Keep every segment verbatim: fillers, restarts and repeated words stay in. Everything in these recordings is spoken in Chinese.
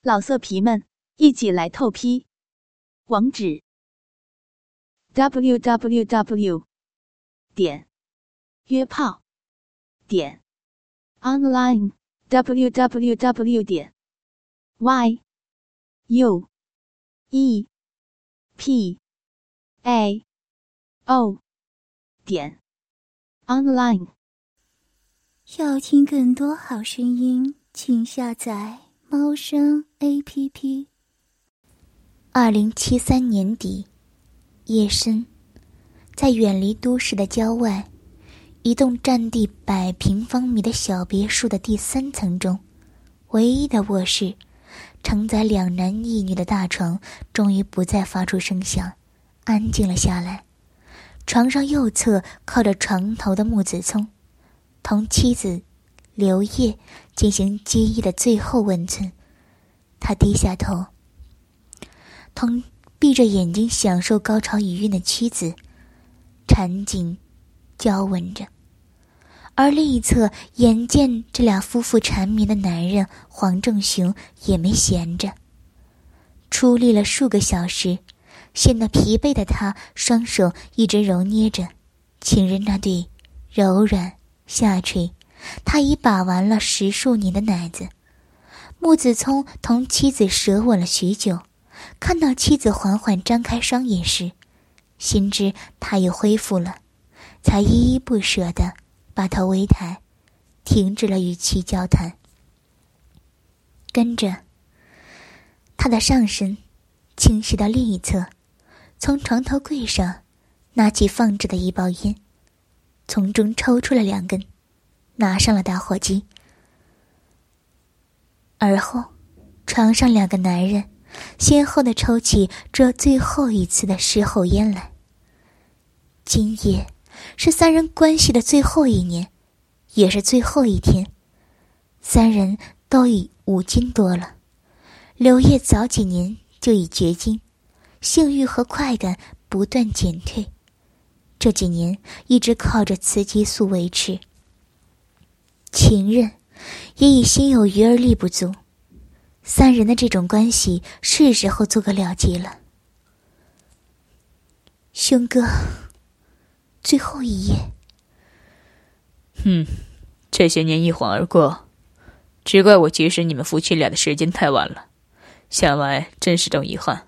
老色皮们，一起来透批！网址 ：double u double u double u 点约炮点 online double u double u double u 点 y u e p a o 点 online。 要听更多好声音，请下载猫声 A P P。 二零七三年底，夜深，在远离都市的郊外，一栋占地百平方米的小别墅的第三层中，唯一的卧室，承载两男一女的大床终于不再发出声响，安静了下来。床上右侧靠着床头的穆子聪，同妻子刘烨进行机翼的最后温存。他低下头，同闭着眼睛享受高潮余韵的妻子缠紧交吻着。而另一侧，眼见这俩夫妇缠绵的男人黄正雄也没闲着。出力了数个小时，显得疲惫的他双手一直揉捏着情人那对柔软下垂他已把玩了十数年的奶子。穆子聪同妻子舌吻了许久，看到妻子缓缓张开双眼时，心知他又恢复了，才依依不舍地把头微抬，停止了与其交谈。跟着他的上身倾斜到另一侧，从床头柜上拿起放置的一包烟，从中抽出了两根，拿上了打火机。而后床上两个男人先后地抽起这最后一次的事后烟来。今夜是三人关系的最后一年，也是最后一天。三人都已五斤多了，刘烨早几年就已绝经，性欲和快感不断减退，这几年一直靠着雌激素维持。情人也已心有余而力不足，三人的这种关系是时候做个了结了。兄哥，最后一夜。 嗯，这些年一晃而过，只怪我结识你们夫妻俩的时间太晚了，想来真是种遗憾。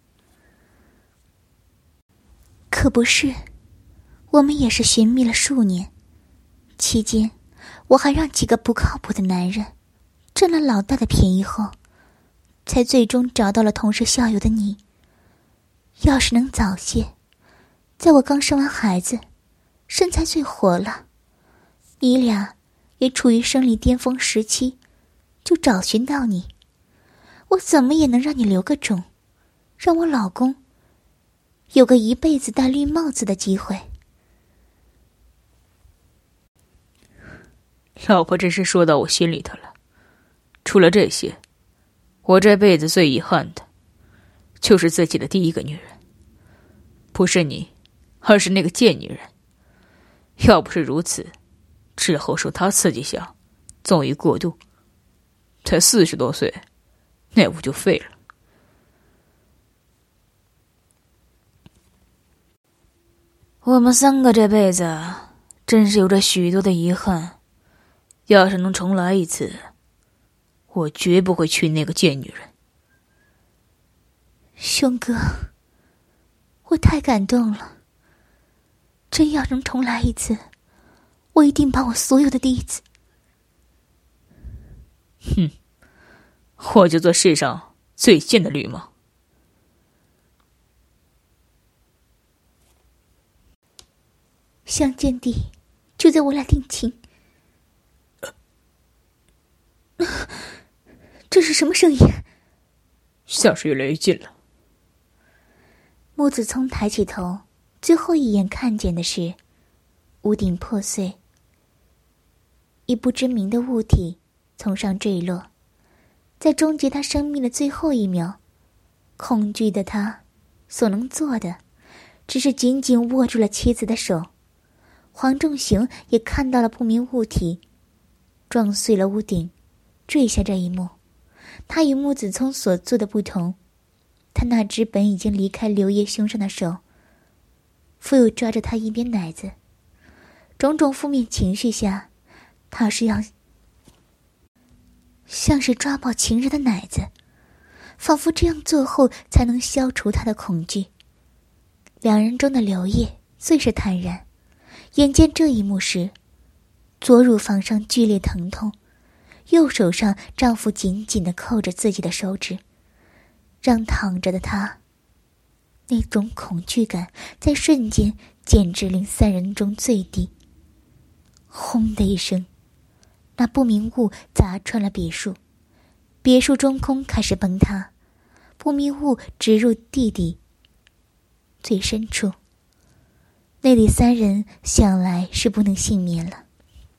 可不是，我们也是寻觅了数年，期间我还让几个不靠谱的男人占了老大的便宜后，才最终找到了同是校友的你。要是能早些，在我刚生完孩子，身材最火了，你俩也处于生理巅峰时期，就找寻到你，我怎么也能让你留个种，让我老公有个一辈子戴绿帽子的机会。 老婆真是说到我心里头了。除了这些，我这辈子最遗憾的就是自己的第一个女人，不是你，而是那个贱女人。要不是如此，之后受她刺激下，纵欲过度，才四十多岁，那我就废了。我们三个这辈子真是有着许多的遗憾。要是能重来一次，我绝不会娶那个贱女人。 兄哥，我太感动了。真要能重来一次，我一定把我所有的弟子…… 哼，我就做世上最贱的绿帽。 相见地就在我俩定情。这是什么声音？ 像是越来越近了。 穆子聪抬起头，最后一眼看见的是屋顶破碎，一不知名的物体从上坠落。在终结他生命的最后一秒，恐惧的他所能做的只是紧紧握住了妻子的手。黄仲雄也看到了不明物体撞碎了屋顶，坠下这一幕， 他与穆子聪所做的不同，他那只本已经离开刘烨胸上的手，复又抓着他一边奶子。种种负面情绪下，他是要像是抓爆情人的奶子，仿佛这样做后才能消除他的恐惧。两人中的刘烨最是坦然，眼见这一幕时，左乳房上剧烈疼痛，右手上丈夫紧紧地扣着自己的手指，让躺着的他那种恐惧感在瞬间简直令三人中最低。轰的一声，那不明物砸穿了别墅，别墅中空开始崩塌，不明物直入地底最深处。那里三人想来是不能幸免了。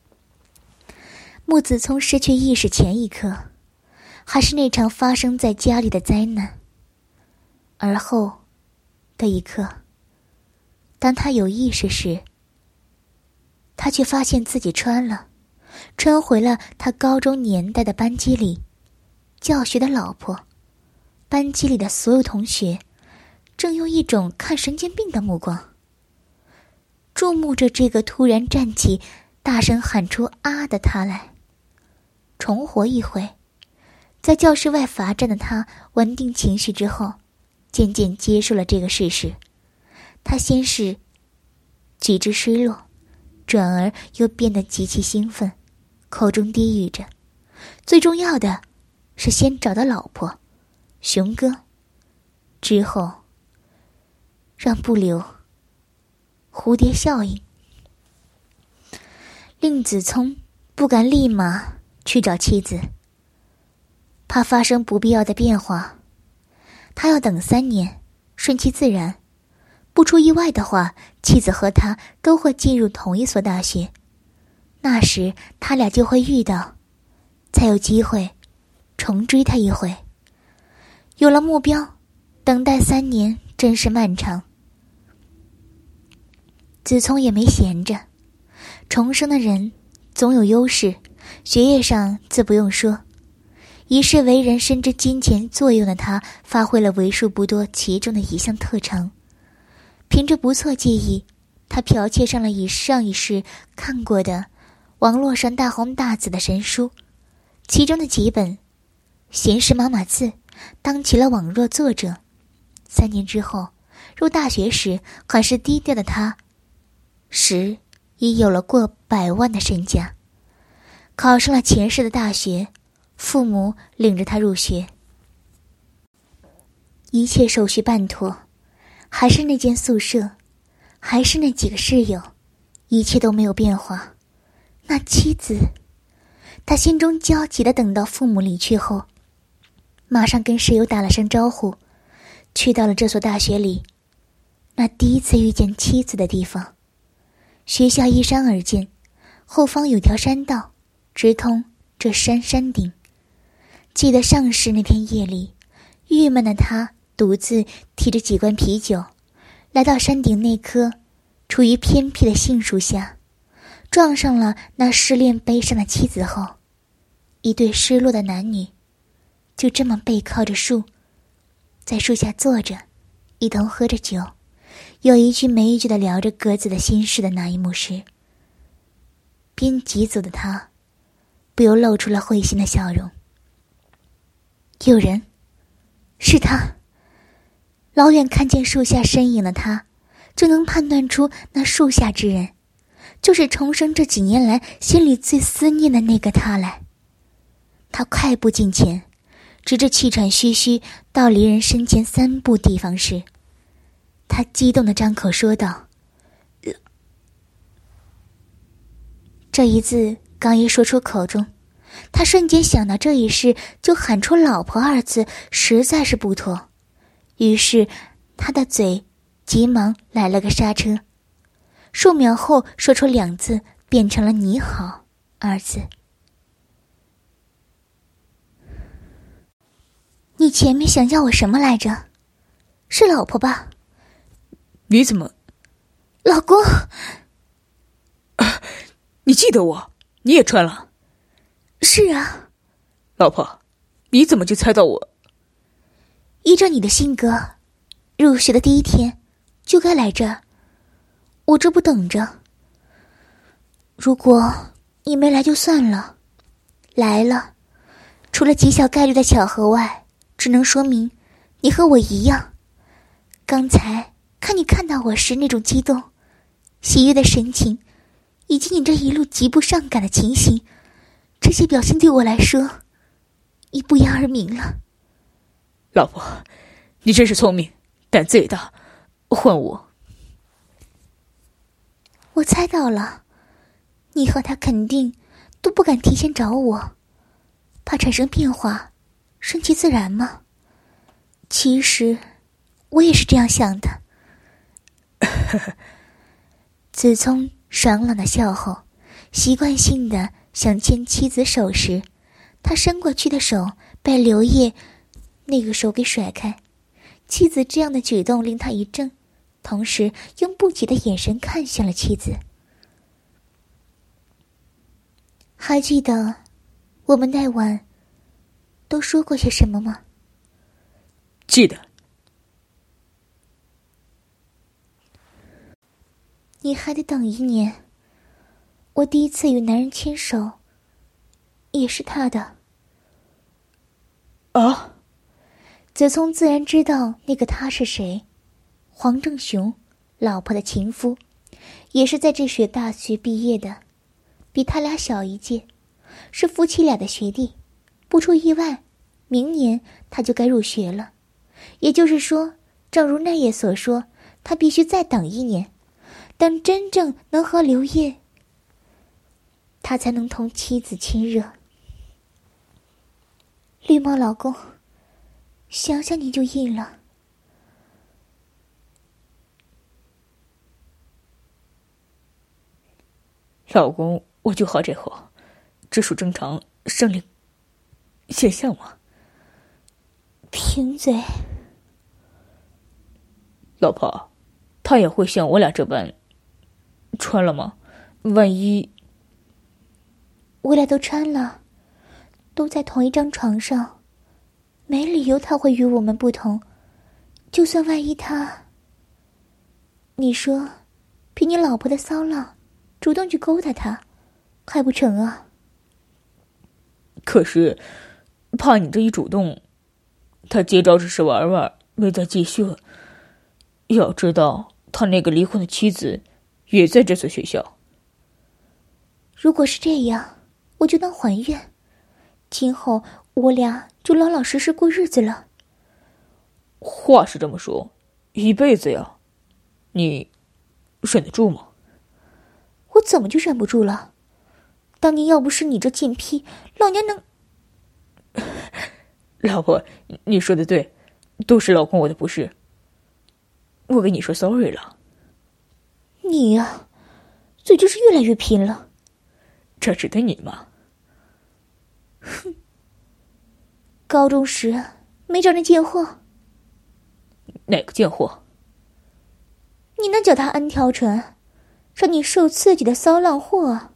穆子聪失去意识前一刻，还是那场发生在家里的灾难，而后的一刻，当他有意识时，他却发现自己穿了穿回了他高中年代的班级里教学的老婆。班级里的所有同学正用一种看神经病的目光注目着这个突然站起大声喊出啊的他来。重活一回，在教室外罚站的他稳定情绪之后，渐渐接受了这个事实。他先是举止失落，转而又变得极其兴奋，口中低语着，最重要的是先找到老婆熊哥，之后让不留蝴蝶效应。令子聪不敢立马去找妻子，怕发生不必要的变化，他要等三年，顺其自然。不出意外的话，妻子和他都会进入同一所大学，那时他俩就会遇到，才有机会重追他一回。有了目标，等待三年真是漫长。子聪也没闲着，重生的人总有优势，学业上自不用说，一世为人深知金钱作用的他，发挥了为数不多其中的一项特长。凭着不错记忆，他剽窃上了以上一世看过的网络上大红大紫的神书，其中的几本闲时码码字，当起了网络作者。三年之后，入大学时还是低调的他，时已有了过百万的身价，考上了前世的大学，父母领着他入学，一切手续办妥，还是那间宿舍，还是那几个室友，一切都没有变化。那妻子，他心中焦急地等到父母离去后，马上跟室友打了声招呼，去到了这所大学里，那第一次遇见妻子的地方。学校依山而建，后方有条山道直通这山山顶。记得上市那天夜里，郁闷的他独自提着几罐啤酒，来到山顶那棵处于偏僻的杏树下，撞上了那失恋悲伤的妻子后，一对失落的男女就这么背靠着树，在树下坐着，一同喝着酒，有一句没一句地聊着各自的心事的那一幕时，边疾走的他不由露出了会心的笑容。有人，是他。老远看见树下身影的他，就能判断出那树下之人就是重生这几年来心里最思念的那个他来。他快步近前，直至气喘吁吁到离人身前三步地方时，他激动地张口说道：这一字刚一说出口中，他瞬间想到这一世就喊出老婆二字实在是不妥，于是他的嘴急忙来了个刹车，数秒后说出两字，变成了你好二字。你前面想要我什么来着？是老婆吧？ 你怎么？ 老公、 啊、你记得我？你也穿了？ 是啊。 老婆，你你怎么就猜到我？ 依照你的性格，入学的第一天就该来这儿，我这不等着。如果你没来就算了，来了，除了极小概率的巧合外，只能说明你和我一样。刚才看你看到我时那种激动、喜悦的神情，以及你这一路极不上赶的情形，这些表现对我来说已不言而明了。 老婆，你真是聪明，胆子也大，换我。 我猜到了，你和他肯定都不敢提前找我，怕产生变化，顺其自然吗？其实我也是这样想的。子聪爽朗的笑后，习惯性的想牵妻子手时，他伸过去的手被刘烨那个手给甩开。妻子这样的举动令他一怔，同时用不解的眼神看向了妻子。还记得我们那晚都说过些什么吗？ 记得。 你还得等一年。我第一次与男人牵手也是他的。 啊？ 子聪自然知道那个他是谁，黄正雄老婆的情夫，也是在这所大学毕业的，比他俩小一届，是夫妻俩的学弟。不出意外，明年他就该入学了。也就是说，正如那夜所说，他必须再等一年，等真正能和刘烨，他才能同妻子亲热。绿帽老公，想想你就硬了。 老公，我就好这口，这属正常生理现象吗？ 贫嘴。 老婆，他也会像我俩这般穿了吗？万一…… 我俩都穿了，都在同一张床上，没理由他会与我们不同。就算万一他……你说，凭你老婆的骚浪，主动去勾搭他，还不成啊？ 可是，怕你这一主动，他接招只是玩玩，没再继续。要知道，他那个离婚的妻子也在这所学校。 如果是这样，我就当还愿，今后我俩就老老实实过日子了。 话是这么说，一辈子呀，你忍得住吗？ 我怎么就忍不住了？当年要不是你这贱婢，老娘能…… 老婆，你说的对，都是老公我的不是。我跟你说 sorry 了。 你呀，嘴就是越来越贫了。 这指的你吗？ 哼，高中时没找人贱货。 哪个贱货？ 你那脚踏安条船，让你受刺激的骚浪货。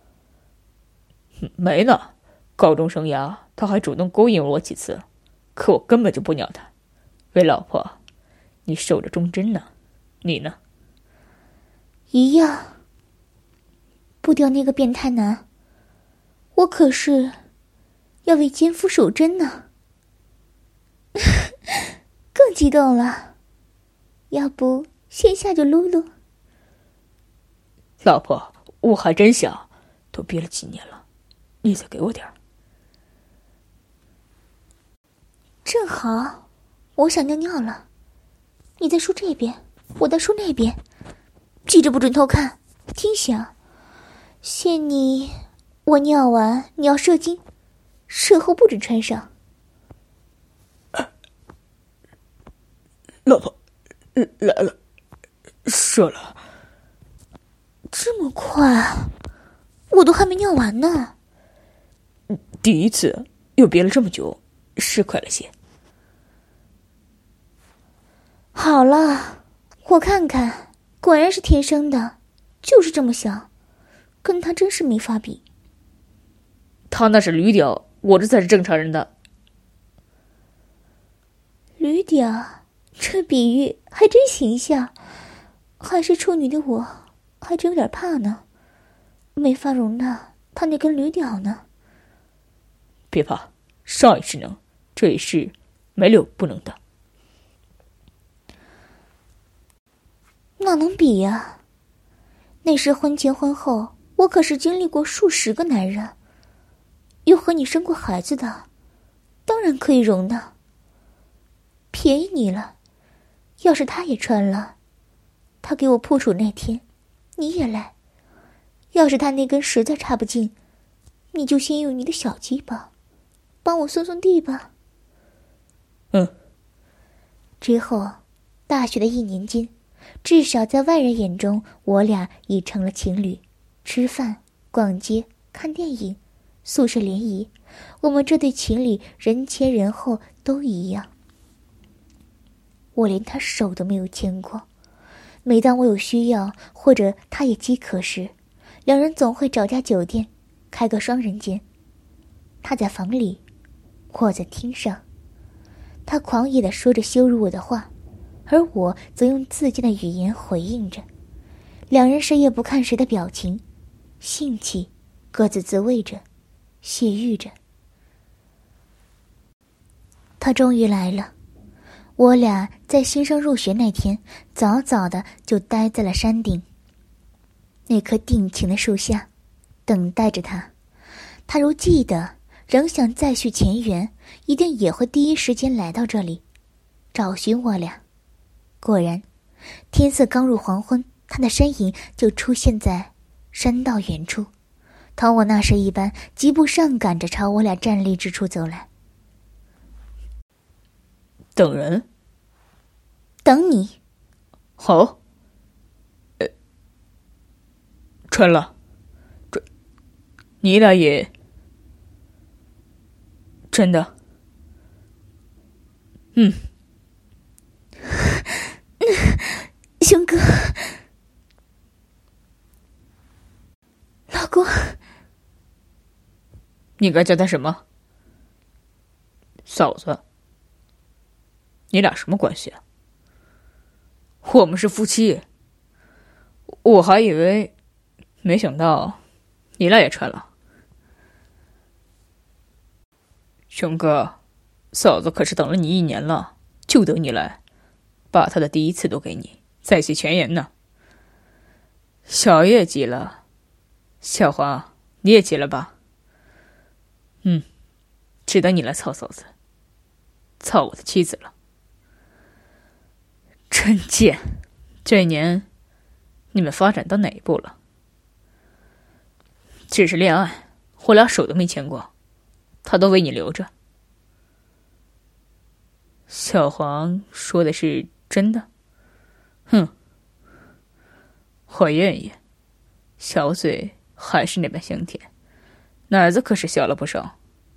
没呢，高中生涯他还主动勾引我几次，可我根本就不鸟他。喂，老婆，你守着忠贞呢，你呢？ 一样。不掉那个变态男，我可是要为奸夫守贞呢。更激动了，要不线下就撸撸？ 老婆，我还真想，都憋了几年了，你再给我点儿。 正好，我想尿尿了，你在梳这边，我在梳那边，记着不准偷看，听响。限你，我尿完你要射精，射后不准穿上。 老婆，来了，射了。 这么快，我都还没尿完呢。 第一次又憋了这么久，是快了些。 好了，我看看，果然是天生的，就是这么小，跟他真是没法比。 他那是驴屌，我这才是正常人的。 驴屌，这比喻还真形象。还是处女的我，还真有点怕呢，没法容纳他那根驴屌呢。 别怕，上一世能，这一世没有不能的。 哪能比呀？那时婚前婚后，我可是经历过数十个男人，又和你生过孩子的，当然可以容纳。便宜你了，要是他也穿了，他给我铺楚那天，你也来。要是他那根实在插不进，你就先用你的小鸡巴帮我松松地吧。 嗯。 之后，大学的一年间，至少在外人眼中，我俩已成了情侣。吃饭、逛街、看电影、宿舍联谊，我们这对情侣人前人后都一样。我连他手都没有牵过。每当我有需要，或者他也饥渴时，两人总会找家酒店，开个双人间。他在房里，我在厅上。他狂野地说着羞辱我的话，而我则用自荐的语言回应着。两人谁也不看谁的表情，兴起，各自自慰着，泄欲着。他终于来了。我俩在新生入学那天，早早的就待在了山顶那棵定情的树下，等待着他。他如记得，仍想再续前缘，一定也会第一时间来到这里，找寻我俩。果然，天色刚入黄昏，他的身影就出现在山道远处，同我那时一般，疾步上赶着朝我俩站立之处走来。 等人？ 等你。 好。呃，穿了。这，你俩也真的？嗯。 兄哥，老公， 你该叫他什么？嫂子。你俩什么关系啊？我们是夫妻。我还以为，没想到你俩也穿了。兄哥，嫂子可是等了你一年了，就等你来，把她的第一次都给你，再续前缘呢。小爷急了，小黄你也急了吧？嗯，只等你来操嫂子，操我的妻子了。真贱！这一年，你们发展到哪一步了？只是恋爱，我俩手都没牵过，他都为你留着。小黄说的是真的？哼，我愿意。小嘴还是那般香甜，奶子可是小了不少。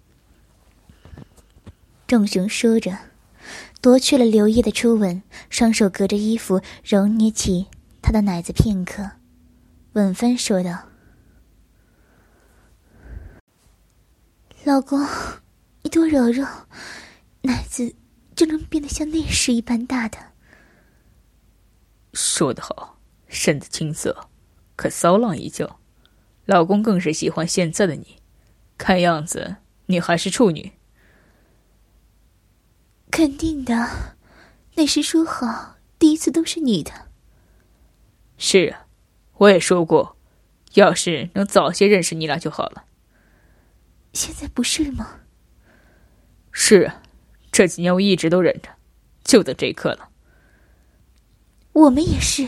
仲雄说着，夺去了刘烨的初吻，双手隔着衣服揉捏起他的奶子片刻，吻分说道：老公，你多揉揉，奶子就能变得像那时一般大的。 说得好，身子青涩，可骚浪依旧。老公更是喜欢现在的你，看样子你还是处女。 肯定的，那时说好第一次都是你的。 是啊，我也说过，要是能早些认识你俩就好了。 现在不是吗？ 是啊，这几年我一直都忍着，就等这一刻了。 我们也是。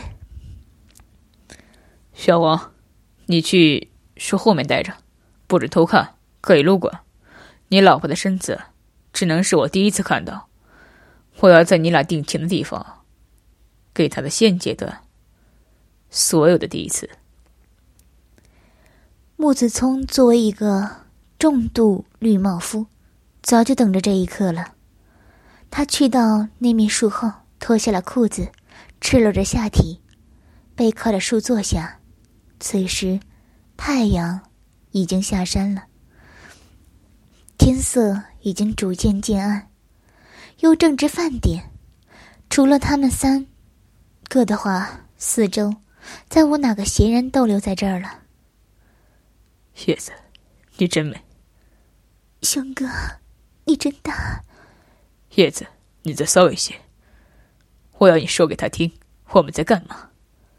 小王，你去说后面待着，不准偷看，可以路过。你老婆的身子只能是我第一次看到，我要在你俩定情的地方给她的现阶段所有的第一次。 穆子聪作为一个重度绿帽夫，早就等着这一刻了。他去到那面树后，脱下了裤子，赤裸着下体，背靠着树坐下。此时太阳已经下山了，天色已经逐渐渐暗， 又正值饭点，除了他们三个的话，四周再无哪个闲人逗留在这儿了。 叶子，你真美。 熊哥，你真大。 叶子，你再骚一些，我要你说给他听，我们在干嘛。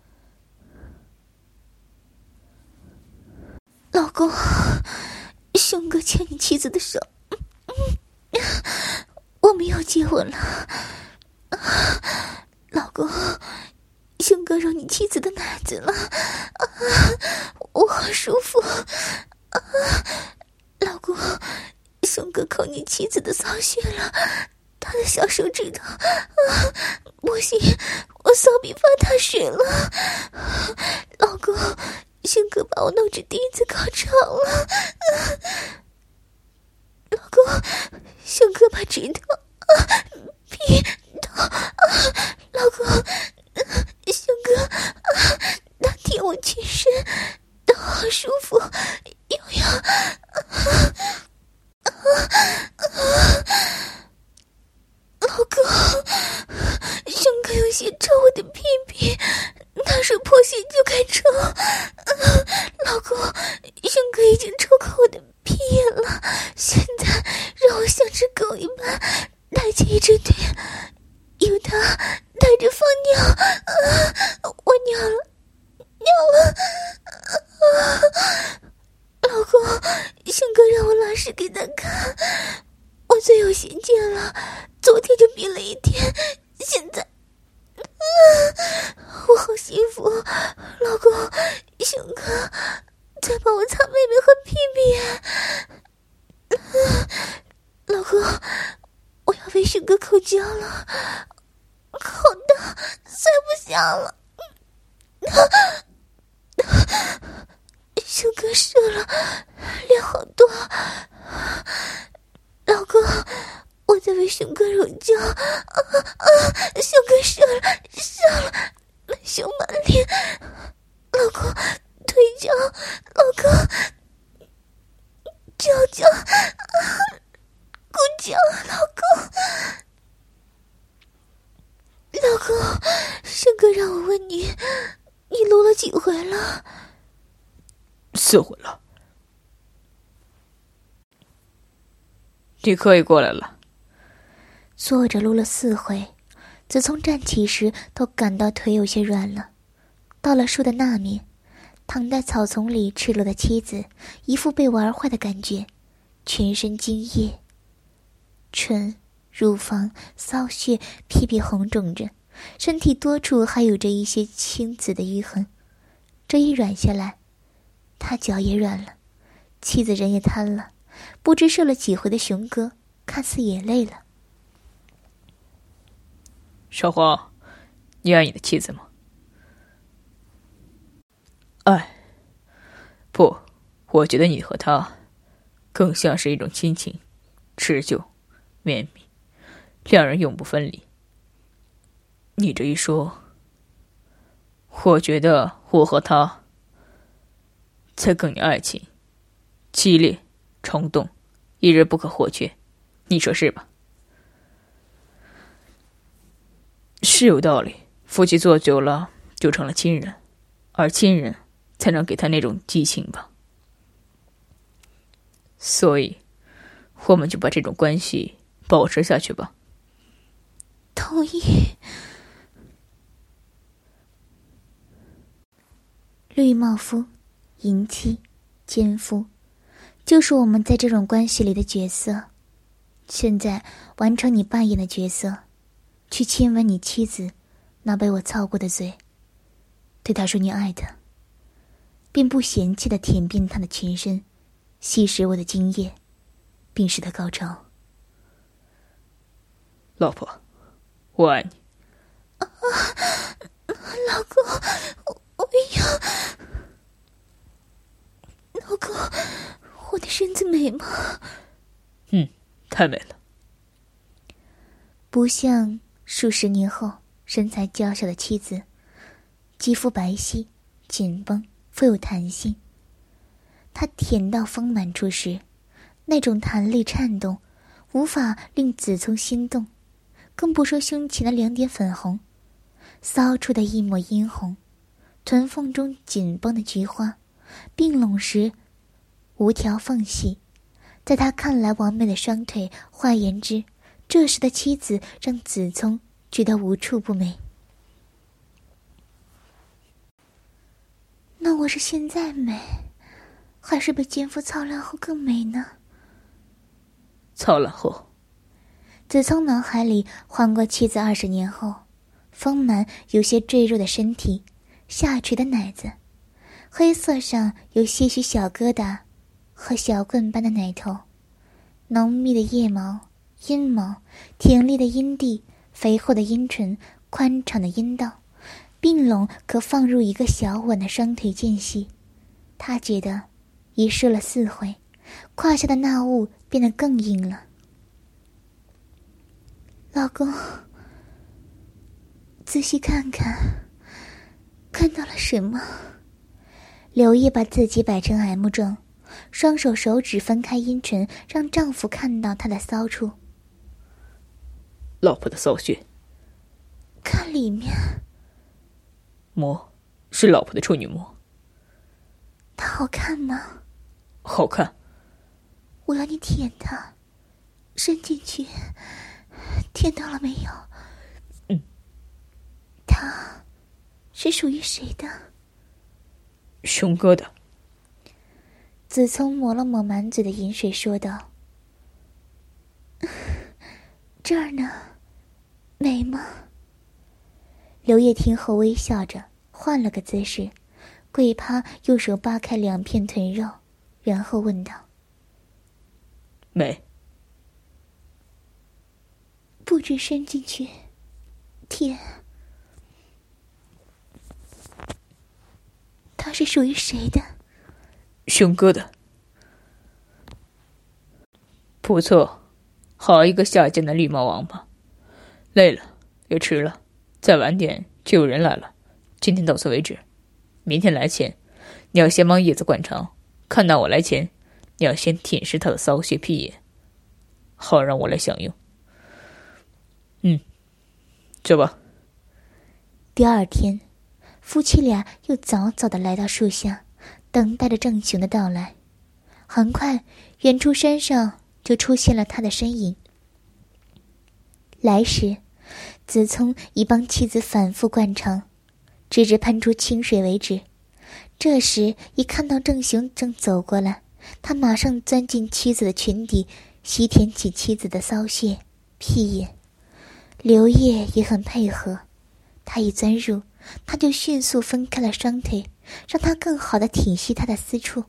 老公，熊哥牵你妻子的手，我们要结婚了。老公，熊哥揉你妻子的奶子了，我好舒服。老公，熊哥抠你妻子的骚穴了，他的小手指头，不行，我骚逼发大水了。老公，熊哥把我弄至第一次高潮了。老公，熊哥把指头、屁头，老公，熊哥，他舔我全身，都好舒服，又要。老公，熊哥有些抽我的屁屁，他说破鞋就该抽。老公，熊哥已经抽过我的屁眼了，现在让我像只狗一般抬起一只腿，由他带着放尿。我尿了，尿了。老公，熊哥让我拉屎给他看，我最有闲见了，昨天就憋了一天，现在、啊、我好幸福。老公，熊哥再帮我擦妹妹和屁屁、啊、老公，我要为熊哥口交了，好大，塞不下了。熊哥射了，量好多。老公，我在为熊哥揉脚，啊啊！熊哥射了，射了，满胸满脸。老公，腿脚，老公，脚脚，啊，骨脚，老公，老公，熊哥让我问你，你撸了几回了？ 四回了。你可以过来了。 坐着撸了四回，自从站起时都感到腿有些软了。到了树的那面，躺在草丛里赤裸的妻子，一副被玩坏的感觉，全身精液，唇、乳房、骚穴、屁屁红肿着，身体多处还有着一些青紫的淤痕。这一软下来，他脚也软了，妻子人也瘫了。不知射了几回的熊哥看似也累了。 少华，你爱你的妻子吗？爱？不，我觉得你和她更像是一种亲情，持久绵密，两人永不分离。你这一说，我觉得我和她才更有爱情，激烈冲动，一日不可或缺，你说是吧？是有道理，夫妻做久了就成了亲人，而亲人才能给他那种激情吧。所以我们就把这种关系保持下去吧。 同意。绿帽夫、淫妻、奸夫，就是我们在这种关系里的角色。现在完成你扮演的角色，去亲吻你妻子那被我操过的嘴，对她说你爱她，并不嫌弃地舔遍她的全身，吸食我的精液，并使她高潮。 老婆，我爱你。 啊，老公，我要。老公，我的身子美吗？ 嗯，太美了。 不像数十年后身材娇小的妻子，肌肤白皙、紧绷、富有弹性。她舔到丰满处时，那种弹力颤动，无法令子从心动更不说胸前的两点粉红，骚出的一抹殷红，臀缝中紧绷的菊花，并拢时无条缝隙。在他看来完美的双腿，换言之，这时的妻子让子聪觉得无处不美。那我是现在美，还是被奸夫操烂后更美呢？ 操烂后， 子聪脑海里换过妻子二十年后，丰满有些赘弱的身体，下垂的奶子，黑色上有些许小疙瘩和小棍般的奶头，浓密的腋毛、阴毛，挺立的阴蒂，肥厚的阴唇，宽敞的阴道，并拢可放入一个小碗的双腿间隙。他觉得已射了四回，胯下的那物变得更硬了。老公，仔细看看，看到了什么？刘烨把自己摆成 M 状，双手手指分开阴唇，让丈夫看到她的骚处。 老婆的骚穴。 看里面。 膜是老婆的处女膜。 它好看吗？ 好看。 我要你舔它，伸进去，舔到了没有？ 嗯。 它是属于谁的？ 熊哥的。 子聪抹了抹满嘴的饮水，说道：“这儿呢，美吗？”刘烨听后微笑着，换了个姿势，跪趴，用手扒开两片臀肉，然后问道：“ 美。” 不止伸进去，舔。它是属于谁的？ 熊哥的。不错，好一个下贱的绿毛王八。累了，也迟了，再晚点就有人来了。今天到此为止，明天来前，你要先帮叶子灌肠。看到我来前，你要先舔舐他的骚穴屁眼，好让我来享用。嗯，走吧。 第二天，夫妻俩又早早地来到树下，等待着郑雄的到来。很快，远处山上就出现了他的身影。来时，子聪已帮妻子反复灌肠，直至喷出清水为止。这时，一看到郑雄正走过来，他马上钻进妻子的裙底，吸舔起妻子的骚穴、屁眼。刘烨也很配合，他一钻入，他就迅速分开了双腿，让他更好地体恤他的私处。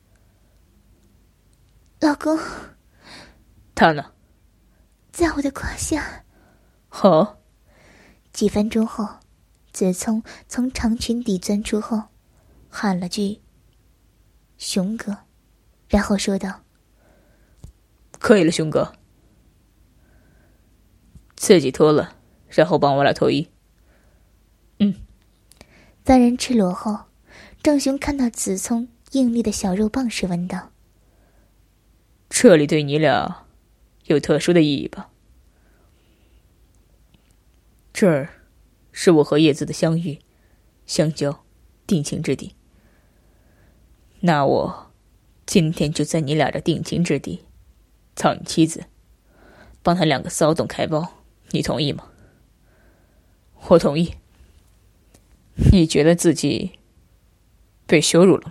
老公， 他呢？ 在我的胯下。 好。 几分钟后，子聪从长裙底钻出后，喊了句“熊哥”，然后说道：“ 可以了，熊哥。自己脱了，然后帮我俩脱衣。”嗯。 三人赤裸后，郑雄看到子聪硬立的小肉棒时问道：“ 这里对你俩有特殊的意义吧？”这儿是我和叶子的相遇、相交、定情之地。那我今天就在你俩这定情之地操你妻子，帮他两个骚动开包，你同意吗？我同意。你觉得自己被羞辱了吗？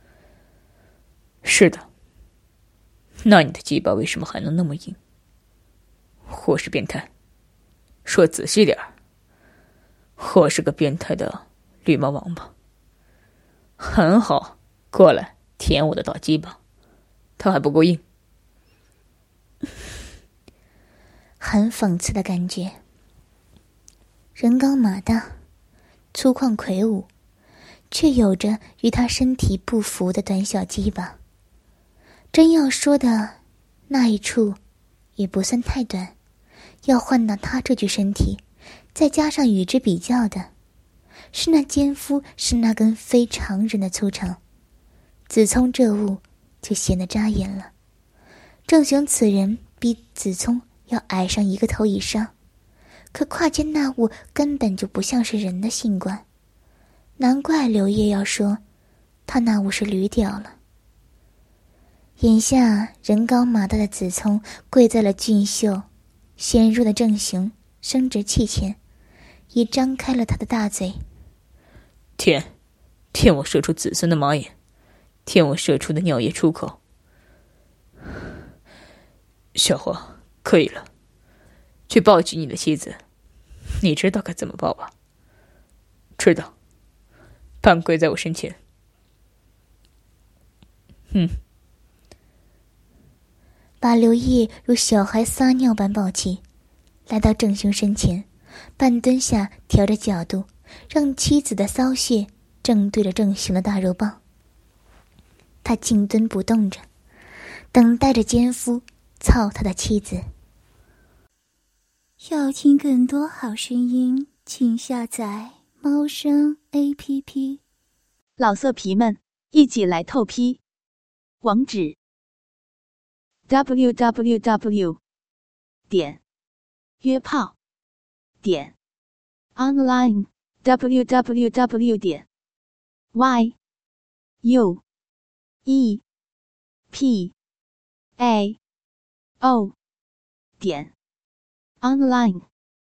是的。那你的鸡巴为什么还能那么硬？我是变态，说仔细点儿，我是个变态的绿毛王八。很好，过来舔我的大鸡巴，它还不够硬。 很讽刺的感觉。人高马大，粗犷魁梧，却有着与他身体不符的短小鸡巴。真要说的，那一处也不算太短，要换到他这具身体，再加上与之比较的，是那奸夫是那根非常人的粗长。子聪这物就显得扎眼了。郑雄此人比子聪要矮上一个头以上， 可胯间那物根本就不像是人的性官，难怪刘烨要说他那物是驴屌了。眼下人高马大的子聪跪在了俊秀纤弱的正雄生殖器前，已张开了他的大嘴。 舔，舔我射出子孙的马眼，舔我射出的尿液出口。小花，可以了，去抱起你的妻子，你知道该怎么抱吧？知道。半跪在我身前。嗯。 把刘烨如小孩撒尿般抱起，来到正雄身前，半蹲下，调着角度，让妻子的骚穴正对着正雄的大肉棒。他静蹲不动着，等待着奸夫操他的妻子。 要听更多好声音，请下载猫声 A P P。 老色皮们，一起来透批！网址 double-u double-u double-u 点约炮点 online double-u double-u double-u 点 y u e p a o 点 online。